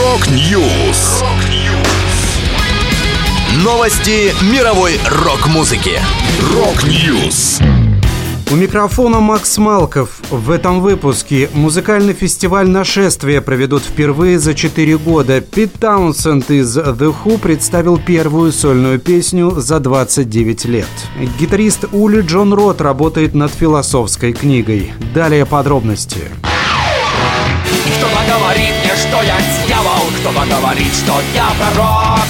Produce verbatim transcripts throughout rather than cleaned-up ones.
Рок-Ньюс. Новости мировой рок-музыки. Рок-Ньюс. У микрофона Макс Малков. В этом выпуске музыкальный фестиваль «Нашествие» проведут впервые за четыре года. Пит Таунсенд из The Who представил первую сольную песню за двадцать девять лет. Гитарист Ули Джон Рот работает над философской книгой. Далее подробности. Кто-то говорит мне, что я дьявол, кто-то говорит, что я пророк.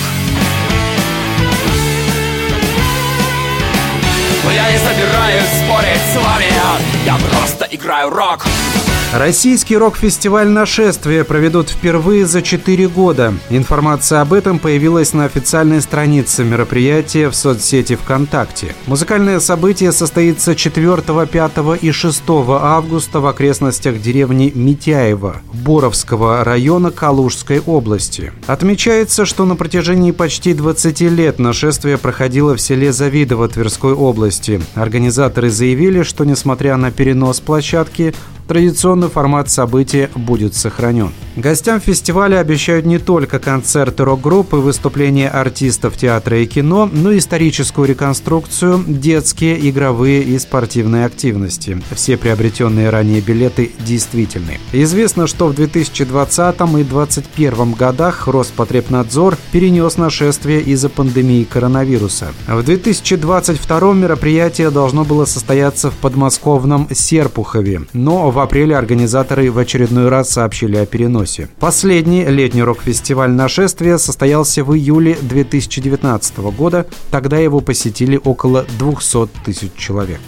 Но я не собираюсь спорить с вами, я просто играю рок. Российский рок-фестиваль «Нашествие» проведут впервые за четыре года. Информация об этом появилась на официальной странице мероприятия в соцсети ВКонтакте. Музыкальное событие состоится четвёртого, пятого и шестого августа в окрестностях деревни Митяево Боровского района Калужской области. Отмечается, что на протяжении почти двадцати лет «Нашествие» проходило в селе Завидово Тверской области. Организаторы заявили, что несмотря на перенос площадки, традиционный формат события будет сохранен. Гостям фестиваля обещают не только концерты рок-группы, выступления артистов театра и кино, но и историческую реконструкцию, детские, игровые и спортивные активности. Все приобретенные ранее билеты действительны. Известно, что в две тысячи двадцатом и две тысячи двадцать первом годах Роспотребнадзор перенес «Нашествие» из-за пандемии коронавируса. В две тысячи двадцать втором мероприятие должно было состояться в подмосковном Серпухове, но в В апреле организаторы в очередной раз сообщили о переносе. Последний летний рок-фестиваль «Нашествие» состоялся в июле две тысячи девятнадцатого года. Тогда его посетили около двухсот тысяч человек.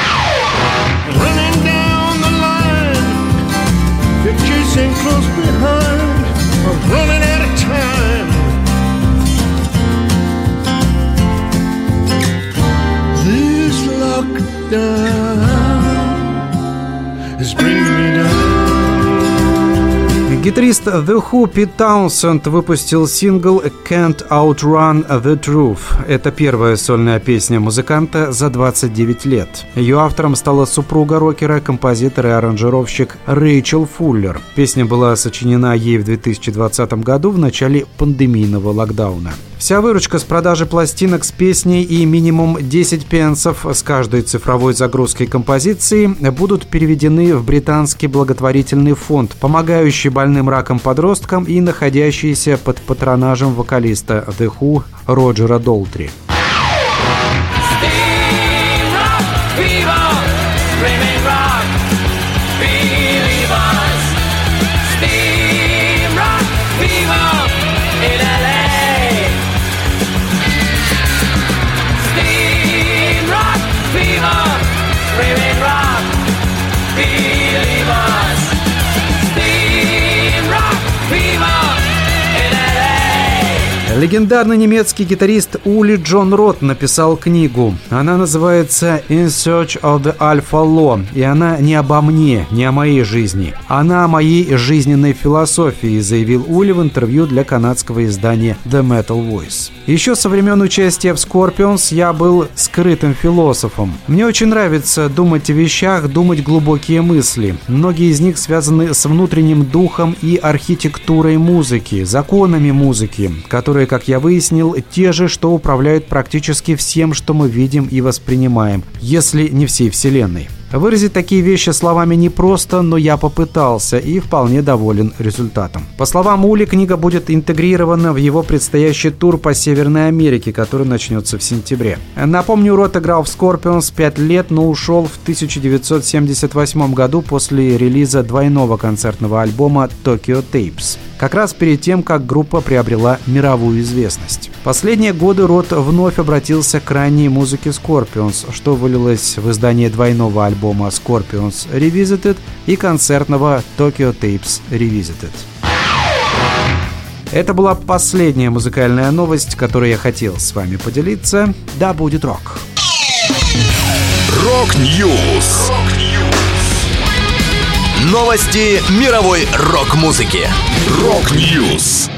Гитарист The Who Пит Таунсенд выпустил сингл «Can't Outrun the Truth». Это первая сольная песня музыканта за двадцать девять лет. Ее автором стала супруга рокера, композитор и аранжировщик Рэйчел Фуллер. Песня была сочинена ей в две тысячи двадцатом году в начале пандемийного локдауна. Вся выручка с продажи пластинок с песней и минимум десять пенсов с каждой цифровой загрузкой композиции будут переведены в британский благотворительный фонд, помогающий больным раком подросткам и находящийся под патронажем вокалиста The Who Роджера Долтри. Легендарный немецкий гитарист Ули Джон Рот написал книгу. Она называется «In Search of the Alpha Law», и она не обо мне, не о моей жизни. Она о моей жизненной философии, заявил Ули в интервью для канадского издания The Metal Voice. Еще со времен участия в Scorpions я был скрытым философом. Мне очень нравится думать о вещах, думать глубокие мысли. Многие из них связаны с внутренним духом и архитектурой музыки, законами музыки, которые, как я выяснил, те же, что управляют практически всем, что мы видим и воспринимаем, если не всей Вселенной. Выразить такие вещи словами непросто, но я попытался и вполне доволен результатом. По словам Ули, книга будет интегрирована в его предстоящий тур по Северной Америке, который начнется в сентябре. Напомню, Рот играл в Scorpions пять лет, но ушел в тысяча девятьсот семьдесят восьмом году после релиза двойного концертного альбома Tokyo Tapes, как раз перед тем, как группа приобрела мировую известность. Последние годы Рот вновь обратился к ранней музыке Scorpions, что вылилось в издание двойного альбома Scorpions Revisited и концертного Tokyo Tapes Revisited. Это была последняя музыкальная новость, которой я хотел с вами поделиться. Да будет рок! Рок-Ньюс. Новости мировой рок-музыки. Рок-Ньюс.